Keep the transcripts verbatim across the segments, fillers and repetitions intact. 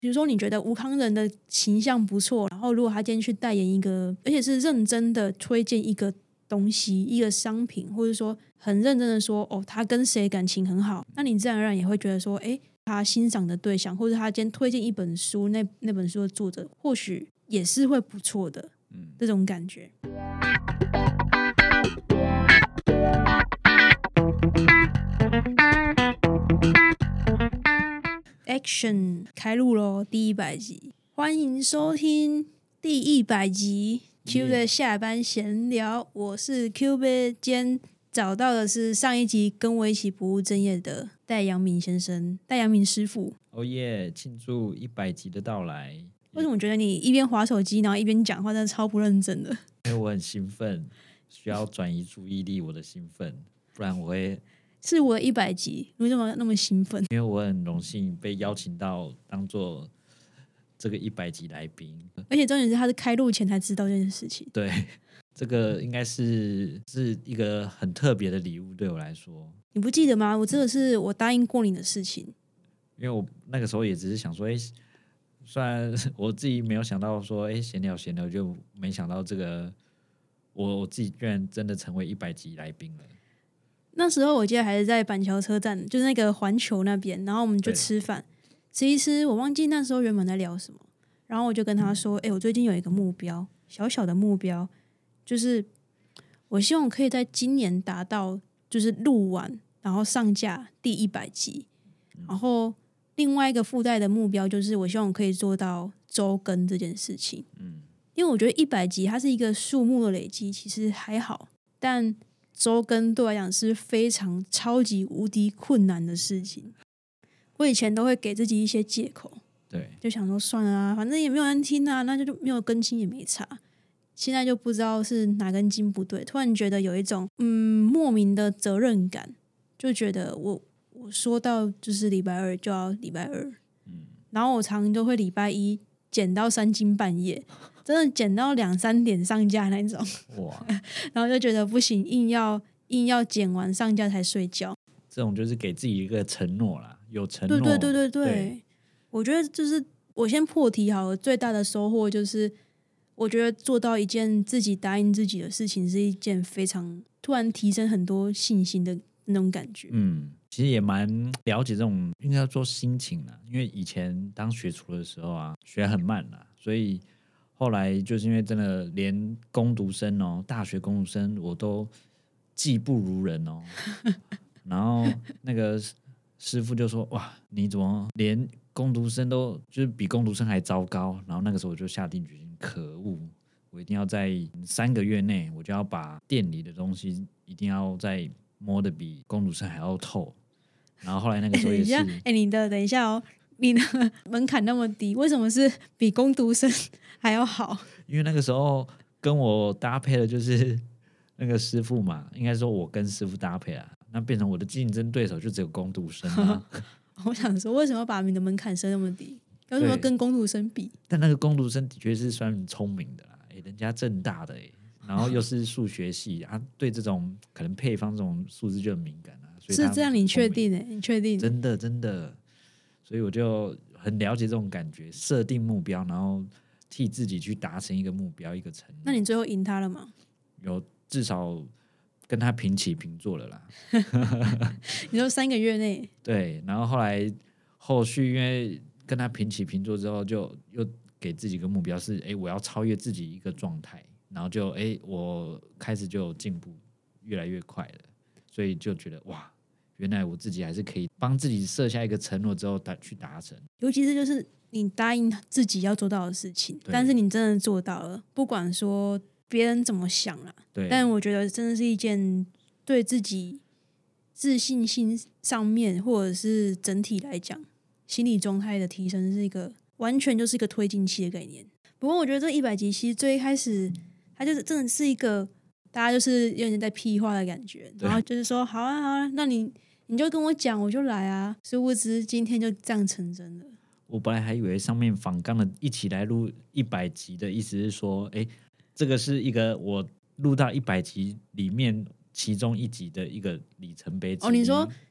比如说你觉得吴慷仁的形象不错，然后如果他今天去代言一个，而且是认真的推荐一个东西一个商品，或者说很认真的说哦他跟谁感情很好，那你自然而然也会觉得说诶他欣赏的对象或者他今天推荐一本书，那那本书的作者或许也是会不错的、嗯、这种感觉。Action 开录咯，第一百集，欢迎收听第一百集 Q 的下班闲聊，我是 Q 贝，今天找到的是上一集跟我一起不务正业的戴阳明先生，戴阳明师傅。 哦耶！庆祝一百集的到来。 为什么觉得你一边滑手机然后一边讲话真的超不认真的？ 因为我很兴奋，需要转移注意力，我的兴奋，不然我会是我的一百集，为什么那么兴奋？ 因为我很荣幸被邀请到当做这个一百集来宾， 而且重点是他是开录前才知道这件事情。 对，这个应该是是一个很特别的礼物对我来说。 你不记得吗？我这个是我答应过你的事情。 因为我那个时候也只是想说，哎，虽然我自己没有想到说，哎，闲聊闲聊，就没想到这个我我自己居然真的成为一百集来宾了。 那时候我记得还是在板桥车站，就是那个环球那边，然后我们就吃饭，吃一吃，我忘记那时候原本在聊什么，然后我就跟他说：“哎、欸，我最近有一个目标，小小的目标，就是我希望可以在今年达到，就是录完然后上架第一百集，然后另外一个附带的目标就是我希望我可以做到周更这件事情。嗯，因为我觉得一百集它是一个数目的累积，其实还好，但周更对我来讲是非常超级无敌困难的事情。我以前都会给自己一些借口， 对， 就想说算了啊，反正也没有人听啊，那就没有更新也没差。现在就不知道是哪根筋不对，突然觉得有一种嗯莫名的责任感，就觉得我我说到就是礼拜二就要礼拜二，嗯，然后我常常都会礼拜一剪到三更半夜。真的剪到两三点上架那种，哇！然后就觉得不行，硬要硬要剪完上架才睡觉。 这种就是给自己一个承诺啦，有承诺。 对对对对 对, 对，我觉得就是我先破题好了。最大的收获就是，我觉得做到一件自己答应自己的事情，是一件非常突然提升很多信心的那种感觉。 嗯，其实也蛮了解这种应该说心情啦，因为以前当学厨的时候啊，学很慢啦，所以。后来就是因为真的连工读生哦，大学工读生我都技不如人哦，然后那个师傅就说：“哇，你怎么连工读生都就是比工读生还糟糕？”然后那个时候我就下定决心，可恶，我一定要在三个月内，我就要把店里的东西一定要再摸得比工读生还要透。然后后来那个时候也是，哎、 欸，你的等一下哦。你的门槛那么低，为什么是比工读生还要好？ 因为那个时候跟我搭配的就是那个师傅嘛，应该说我跟师傅搭配啊，那变成我的竞争对手就只有工读生啊。 我想说，为什么要把你的门槛设那么低？为什么要跟工读生比？ 但那个工读生的确是算聪明的啦，欸、人家政大的、欸、然后又是数学系啊，对这种可能配方这种数字就很敏感啊。所以是这样，你确定、欸？你确定？ 真的真的。所以我就很了解这种感觉，设定目标，然后替自己去达成一个目标，一个承诺。 那你最后赢他了吗？ 有，至少跟他平起平坐了啦。 你说三个月内？ 对，然后后来后续因为跟他平起平坐之后，就又给自己一个目标是，哎，我要超越自己一个状态，然后就哎，我开始就有进步，越来越快了，所以就觉得哇。原来我自己还是可以帮自己设下一个承诺之后达去达成， 尤其是就是你答应自己要做到的事情，但是你真的做到了，不管说别人怎么想啦，对，但我觉得真的是一件对自己自信心上面或者是整体来讲心理状态的提升是一个完全就是一个推进器的概念。不过我觉得这一百集其实最一开始它就是真的是一个大家就是有点在屁话的感觉，然后就是说好啊好啊，那你你就跟我讲，我就来啊！殊不知今天就这样成真了。 我本来还以为上面访纲的一起来录一百集的意思是说，哎，这个是一个我录到一百集里面其中一集的一个里程碑。 哦，你说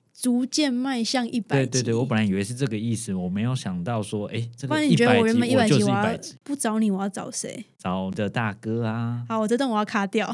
逐渐迈向一百集。 对对对，我本来以为是这个意思，我没有想到说，哎，这个不然你觉得我原本一百集我就是我要一百集， 不找你我要找谁？ 找我的大哥啊。 好，我这段我要卡掉。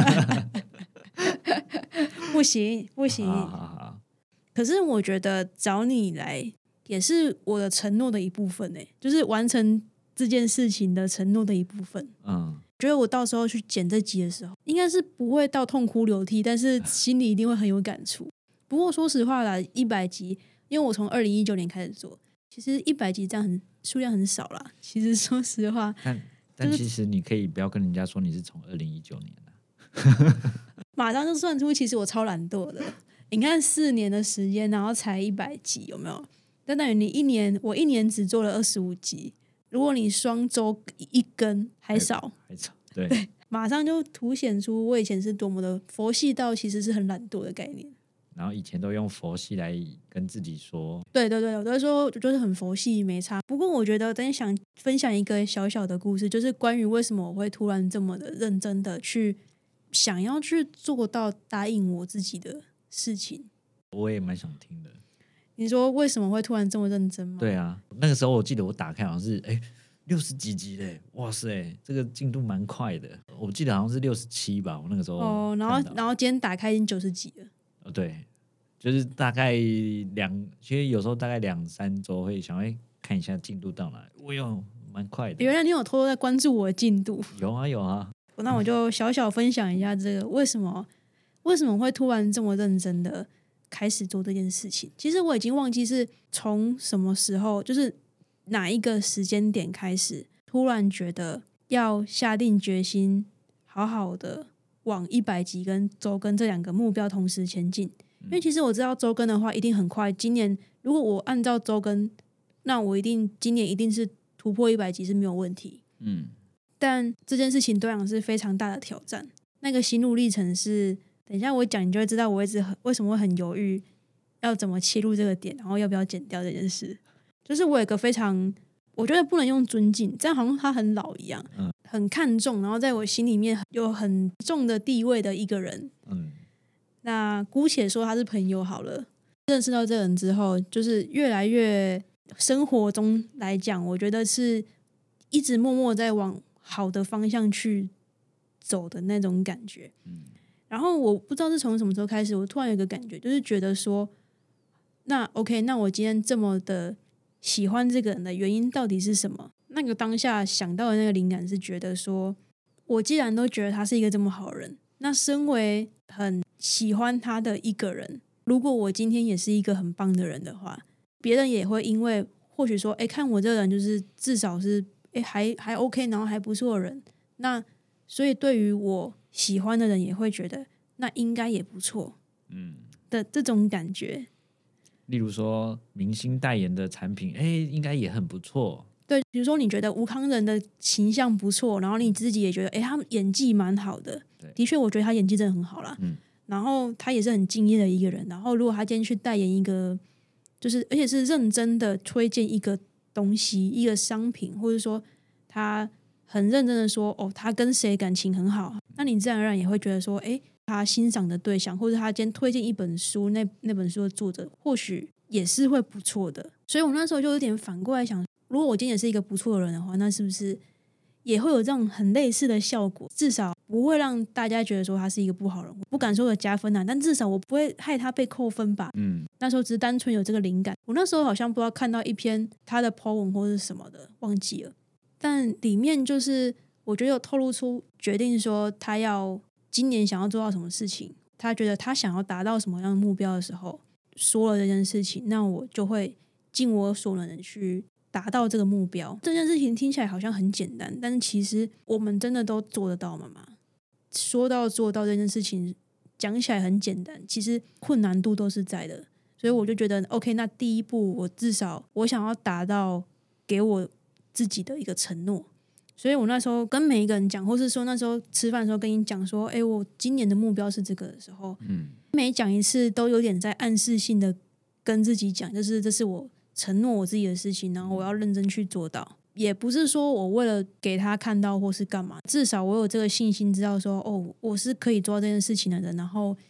不行不行。 好好好， 可是我觉得找你来也是我的承诺的一部分诶，就是完成这件事情的承诺的一部分。 嗯， 觉得我到时候去剪这集的时候，应该是不会到痛哭流涕，但是心里一定会很有感触。不过说实话啦，一百集，因为我从二零一九年开始做，其实一百集这样很数量很少啦。其实说实话， 但但其实你可以不要跟人家说你是从二零一九年啊。 马上就算出其实我超懒惰的。你看四年的时间，然后才一百集，有没有？但等于你一年，我一年只做了二十五集。如果你双周一更还少， 还少，对对，马上就凸显出我以前是多么的佛系到其实是很懒惰的概念。 然后以前都用佛系来跟自己说， 对对对，我都会说就是很佛系没差。不过我觉得真想分享一个小小的故事，就是关于为什么我会突然这么的认真的去想要去做到答应我自己的事情。 我也蛮想听的。 你说为什么会突然这么认真吗？ 对啊，那个时候我记得我打开好像是哎六十几集嘞，哇塞，这个进度蛮快的。我记得好像是六十七吧，我那个时候哦，然后然后今天打开已经九十几了。 哦，对，就是大概两，其实有时候大概两三周会想要看一下进度到哪里。哎呦，蛮快的。 原来你有偷偷在关注我的进度。 有啊有啊。 那我就小小分享一下这个为什么为什么会突然这么认真的开始做这件事情。其实我已经忘记是从什么时候，就是哪一个时间点开始，突然觉得要下定决心，好好的往一百集跟周更这两个目标同时前进。因为其实我知道周更的话一定很快，今年如果我按照周更，那我一定今年一定是突破一百集是没有问题。 嗯， 但这件事情对我是非常大的挑战。那个心路历程是，等一下我讲，你就会知道我一直很为什么会很犹豫，要怎么切入这个点，然后要不要剪掉这件事。就是我有一个非常，我觉得不能用尊敬，这样好像他很老一样， 嗯， 很看重，然后在我心里面有很重的地位的一个人。 嗯， 那姑且说他是朋友好了。认识到这个人之后，就是越来越生活中来讲，我觉得是一直默默在往好的方向去走的那种感觉。 嗯， 然后我不知道是从什么时候开始，我突然有一个感觉，就是觉得说，那 OK， 那我今天这么的喜欢这个人的原因到底是什么？那个当下想到的那个灵感是觉得说，我既然都觉得他是一个这么好的人，那身为很喜欢他的一个人，如果我今天也是一个很棒的人的话，别人也会因为或许说，哎，看我这个人就是至少是哎还还 OK， 然后还不错的人，那所以对于我喜欢的人也会觉得那应该也不错，嗯的这种感觉。 例如说明星代言的产品，哎，应该也很不错。 对，比如说你觉得吴康仁的形象不错，然后你自己也觉得，哎，他演技蛮好的。的确，我觉得他演技真的很好啦。嗯，然后他也是很敬业的一个人。然后如果他今天去代言一个，就是而且是认真的推荐一个东西、一个商品，或者说他很认真的说，哦，他跟谁感情很好，那你自然而然也会觉得说，哎，他欣赏的对象，或者他今天推荐一本书，那那本书的作者或许也是会不错的。所以我那时候就有点反过来想，如果我今天也是一个不错的人的话，那是不是也会有这样很类似的效果？至少不会让大家觉得说他是一个不好人，不敢说有加分啊，但至少我不会害他被扣分吧。嗯，那时候只是单纯有这个灵感。我那时候好像不知道看到一篇他的 po 文或是什么的，忘记了。但里面就是我觉得有透露出决定说他要今年想要做到什么事情，他觉得他想要达到什么样的目标的时候，说了这件事情，那我就会尽我所能的去达到这个目标。这件事情听起来好像很简单，但是其实我们真的都做得到吗？说到做到这件事情讲起来很简单，其实困难度都是在的。所以我就觉得 OK， 那第一步我至少我想要达到给我自己的一个承诺。所以我那时候跟每一个人讲，或是说那时候吃饭的时候跟你讲说，哎，我今年的目标是这个的时候，嗯，每讲一次都有点在暗示性的跟自己讲，就是这是我承诺我自己的事情，然后我要认真去做到。也不是说我为了给他看到或是干嘛，至少我有这个信心知道说，哦，我是可以做到这件事情的人，然后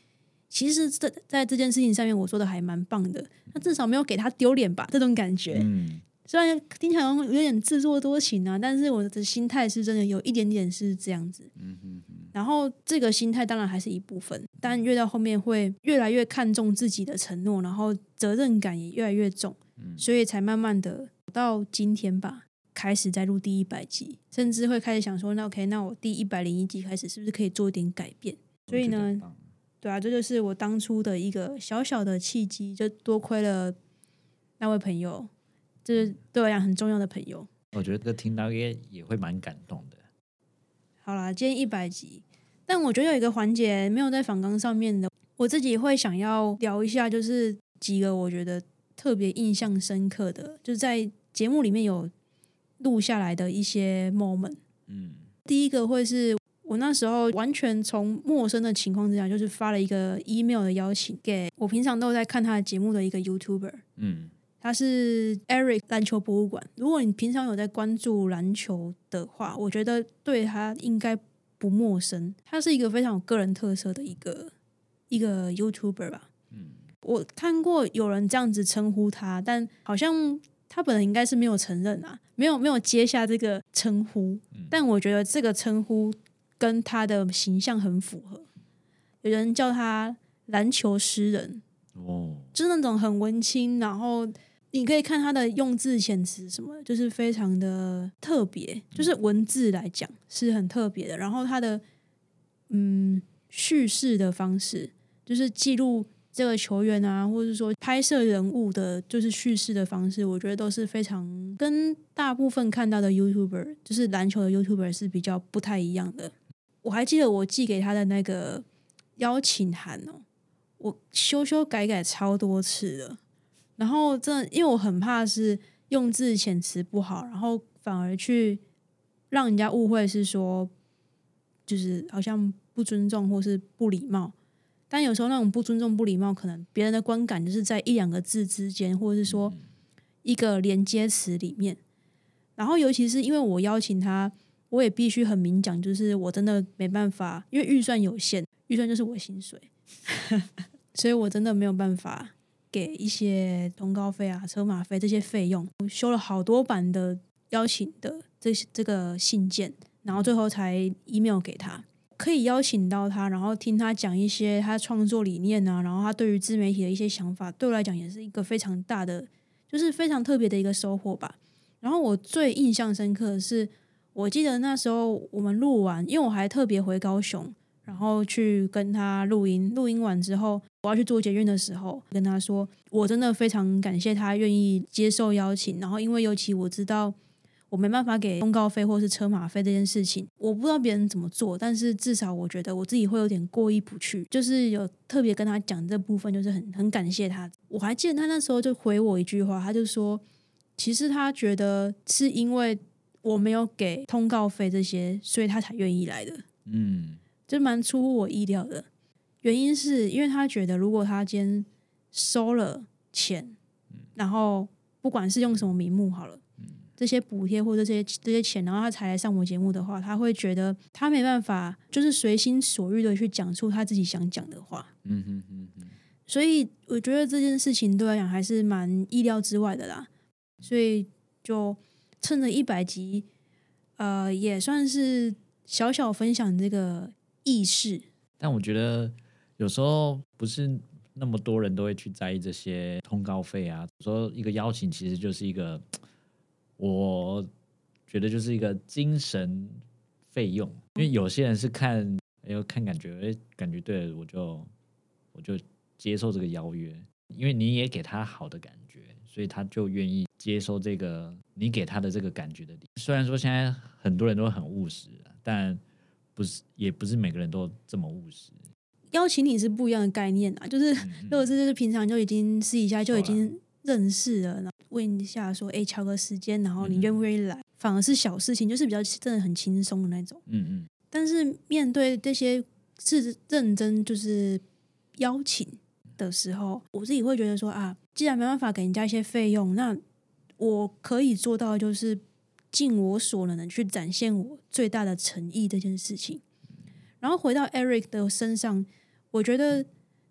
其实在在这件事情上面我做的还蛮棒的，那至少没有给他丢脸吧，这种感觉。嗯，虽然听起来有点自作多情啊，但是我的心态是真的有一点点是这样子。嗯哼哼。然后这个心态当然还是一部分，但越到后面会越来越看重自己的承诺，然后责任感也越来越重，嗯，所以才慢慢的到今天吧，开始在录第一百集，甚至会开始想说，那 OK， 那我第一百零一集开始是不是可以做一点改变？所以呢，对啊，这就是我当初的一个小小的契机，就多亏了那位朋友，这是对我来讲很重要的朋友。 我觉得这个听到也也会蛮感动的。 好啦，今天一百集，但我觉得有一个环节没有在访纲上面的，我自己会想要聊一下，就是几个我觉得特别印象深刻的，就是在节目里面有录下来的一些 moment。嗯，第一个会是我那时候完全从陌生的情况之下，就是发了一个 email 的邀请给我平常都有在看他的节目的一个 YouTuber。嗯。他是 Eric 篮球博物馆，如果你平常有在关注篮球的话，我觉得对他应该不陌生。他是一个非常有个人特色的一个一个 YouTuber 吧。嗯，我看过有人这样子称呼他，但好像他本人应该是没有承认啊，没有没有接下这个称呼。嗯，但我觉得这个称呼跟他的形象很符合。有人叫他篮球诗人，哦，就是那种很文青，然后你可以看他的用字遣词什么，就是非常的特别，就是文字来讲是很特别的。然后他的嗯叙事的方式，就是记录这个球员啊，或者说拍摄人物的，就是叙事的方式，我觉得都是非常跟大部分看到的 YouTuber， 就是篮球的 YouTuber 是比较不太一样的。我还记得我寄给他的那个邀请函哦，我修修改改超多次的。然后真的，因为我很怕是用字遣词不好，然后反而去让人家误会是说，就是好像不尊重或是不礼貌。但有时候那种不尊重、不礼貌，可能别人的观感就是在一两个字之间，或者是说一个连接词里面。然后尤其是因为我邀请他，我也必须很明讲，就是我真的没办法，因为预算有限，预算就是我的薪水，所以我真的没有办法给一些通告费啊、车马费这些费用。我修了好多版的邀请的这这个信件，然后最后才 email 给他。可以邀请到他，然后听他讲一些他创作理念啊，然后他对于自媒体的一些想法，对我来讲也是一个非常大的，就是非常特别的一个收获吧。然后我最印象深刻的是，我记得那时候我们录完，因为我还特别回高雄，然后去跟他录音。录音完之后，我要去做捷运的时候，跟他说，我真的非常感谢他愿意接受邀请。然后因为尤其我知道我没办法给通告费或是车马费这件事情，我不知道别人怎么做，但是至少我觉得我自己会有点过意不去，就是有特别跟他讲这部分，就是很很感谢他。我还记得他那时候就回我一句话，他就说，其实他觉得是因为我没有给通告费这些，所以他才愿意来的。嗯，就蛮出乎我意料的。原因是因为他觉得，如果他今天收了钱，然后不管是用什么名目好了，这些补贴或者这些这些钱，然后他才来上我节目的话，他会觉得他没办法，就是随心所欲的去讲出他自己想讲的话。嗯哼哼哼。所以我觉得这件事情对我来讲还是蛮意料之外的啦。所以就趁着一百集，呃，也算是小小分享这个意识。 但我觉得有时候不是那么多人都会去在意这些通告费啊。说一个邀请其实就是一个，我觉得就是一个精神费用，因为有些人是看，哎呦看感觉，哎感觉对了，我就我就接受这个邀约，因为你也给他好的感觉，所以他就愿意接受这个你给他的这个感觉的。虽然说现在很多人都很务实，但不是也不是每个人都这么务实。 邀请你是不一样的概念啊，就是如果是就是平常就已经私底下就已经认识了，然后问一下说，哎，敲个时间，然后你愿不愿意来，嗯、反而是小事情，就是比较真的很轻松的那种。嗯嗯。但是面对这些是认真就是邀请的时候，我自己会觉得说啊，既然没办法给人家一些费用，那我可以做到就是尽我所能的去展现我最大的诚意这件事情。然后回到 Eric 的身上，我觉得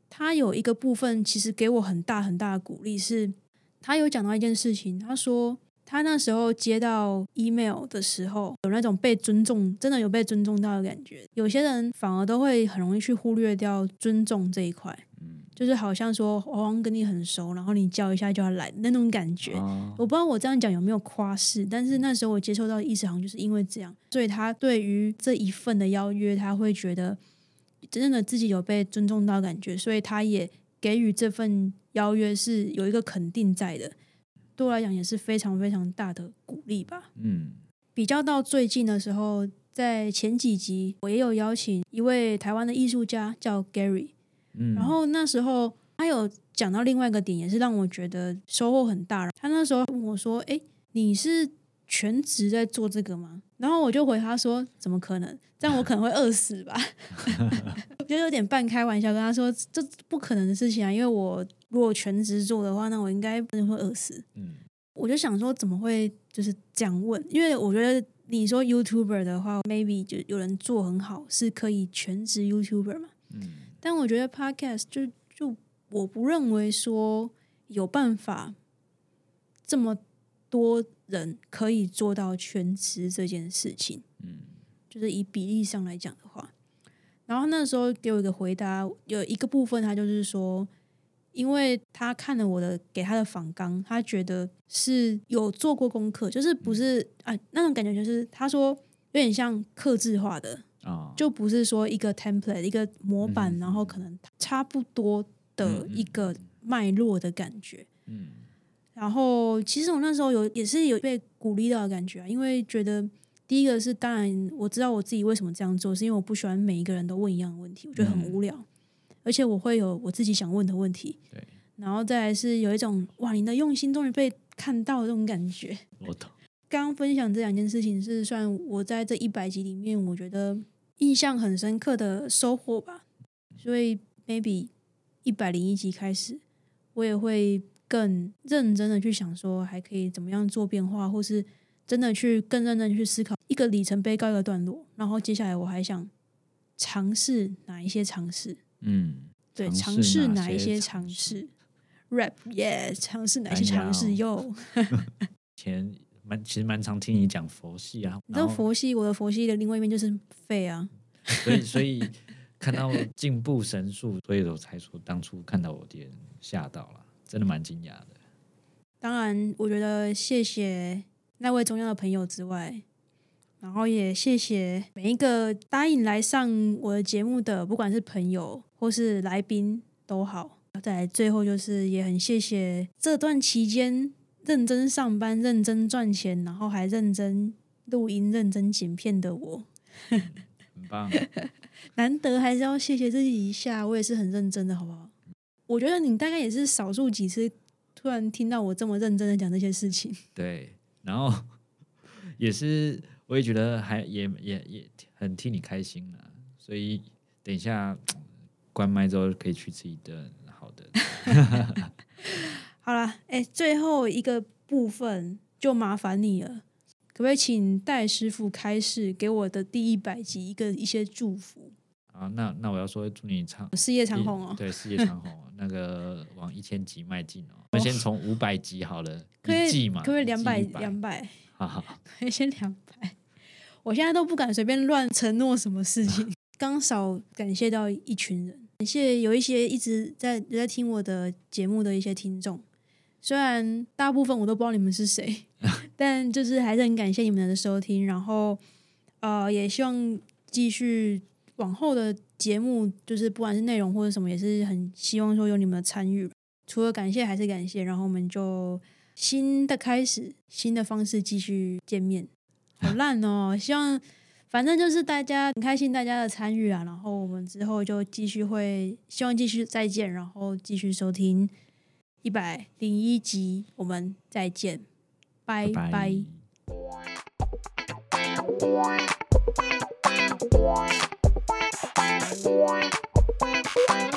他有一个部分其实给我很大很大的鼓励，是他有讲到一件事情，他说他那时候接到 email 的时候，有那种被尊重，真的有被尊重到的感觉。有些人反而都会很容易去忽略掉尊重这一块，嗯，就是好像说我好像跟你很熟，然后你叫一下就要来那种感觉。哦，我不知道我这样讲有没有夸饰，但是那时候我接受到的意思好像就是因为这样，所以他对于这一份的邀约，他会觉得真的自己有被尊重到的感觉，所以他也给予这份邀约是有一个肯定在的。对我来讲也是非常非常大的鼓励吧。嗯，比较到最近的时候，在前几集我也有邀请一位台湾的艺术家叫 Gary，嗯，然后那时候他有讲到另外一个点，也是让我觉得收获很大。他那时候问我说：“哎，你是全职在做这个吗？”然后我就回他说：“怎么可能？这样我可能会饿死吧。”我就有点半开玩笑跟他说：“这不可能的事情啊，因为我如果全职做的话，那我应该真的会饿死。”嗯，我就想说怎么会就是这样问？因为我觉得你说 YouTuber 的话 ，maybe 就有人做很好，是可以全职 YouTuber 嘛。嗯，但我觉得 Podcast 就就我不认为说有办法这么多人可以做到全职这件事情。嗯，就是以比例上来讲的话。然后那时候给我一个回答，有一个部分他就是说，因为他看了我的给他的访纲，他觉得是有做过功课，就是不是啊那种感觉，就是他说有点像客制化的，哦，就不是说一个 template 一个模板，嗯，然后可能差不多的一个脉络的感觉。嗯，然后其实我那时候有也是有被鼓励到的感觉啊，因为觉得第一个是当然我知道我自己为什么这样做，是因为我不喜欢每一个人都问一样的问题，我觉得很无聊。嗯，而且我会有我自己想问的问题，对，然后再来是有一种哇，你的用心终于被看到的这种感觉。我懂。刚刚分享这两件事情是算我在这一百集里面我觉得印象很深刻的收获吧，所以 maybe 一百零一集开始，我也会更认真的去想说还可以怎么样做变化，或是真的去更认真去思考一个里程碑告一个段落，然后接下来我还想尝试哪一些尝试。嗯，对，尝试哪一些尝试 ，rap， yeah， 尝试哪些尝试哟。 前蛮其实蛮常听你讲佛系啊， 你知道佛系，我的佛系的另外一面就是废啊。 所以所以看到进步神速，所以我才说当初看到我有点吓到了，真的蛮惊讶的。 当然，我觉得谢谢那位重要的朋友之外。然后也谢谢每一个答应来上我的节目的，不管是朋友或是来宾都好。再来最后就是也很谢谢这段期间认真上班、认真赚钱，然后还认真录音、认真剪片的我。 很棒。 难得还是要谢谢自己一下，我也是很认真的，好不好？我觉得你大概也是少数几次突然听到我这么认真的讲这些事情。 对，然后也是。我也觉得还也也也很替你开心啦，所以等一下关麦之后可以去吃一顿好的。 好啦，哎、欸，最后一个部分就麻烦你了，可不可以请戴师傅开始给我的第一百集一个一些祝福啊？那那我要说祝你长事业长红哦， 对，事业长红，那个往一千集迈进哦。那先从五百集好了，一季嘛， 可不可以两百两百？好好，可以先两百。我现在都不敢随便乱承诺什么事情。刚少感谢到一群人，感谢有一些一直在在听我的节目的一些听众，虽然大部分我都不知道你们是谁，但就是还是很感谢你们的收听。然后呃，也希望继续往后的节目，就是不管是内容或者什么，也是很希望说有你们的参与。除了感谢还是感谢，然后我们就新的开始，新的方式继续见面。好烂哦！希望反正就是大家很开心，大家的参与啊，然后我们之后就继续会希望继续再见，然后继续收听一百零一集，我们再见，拜拜。拜拜。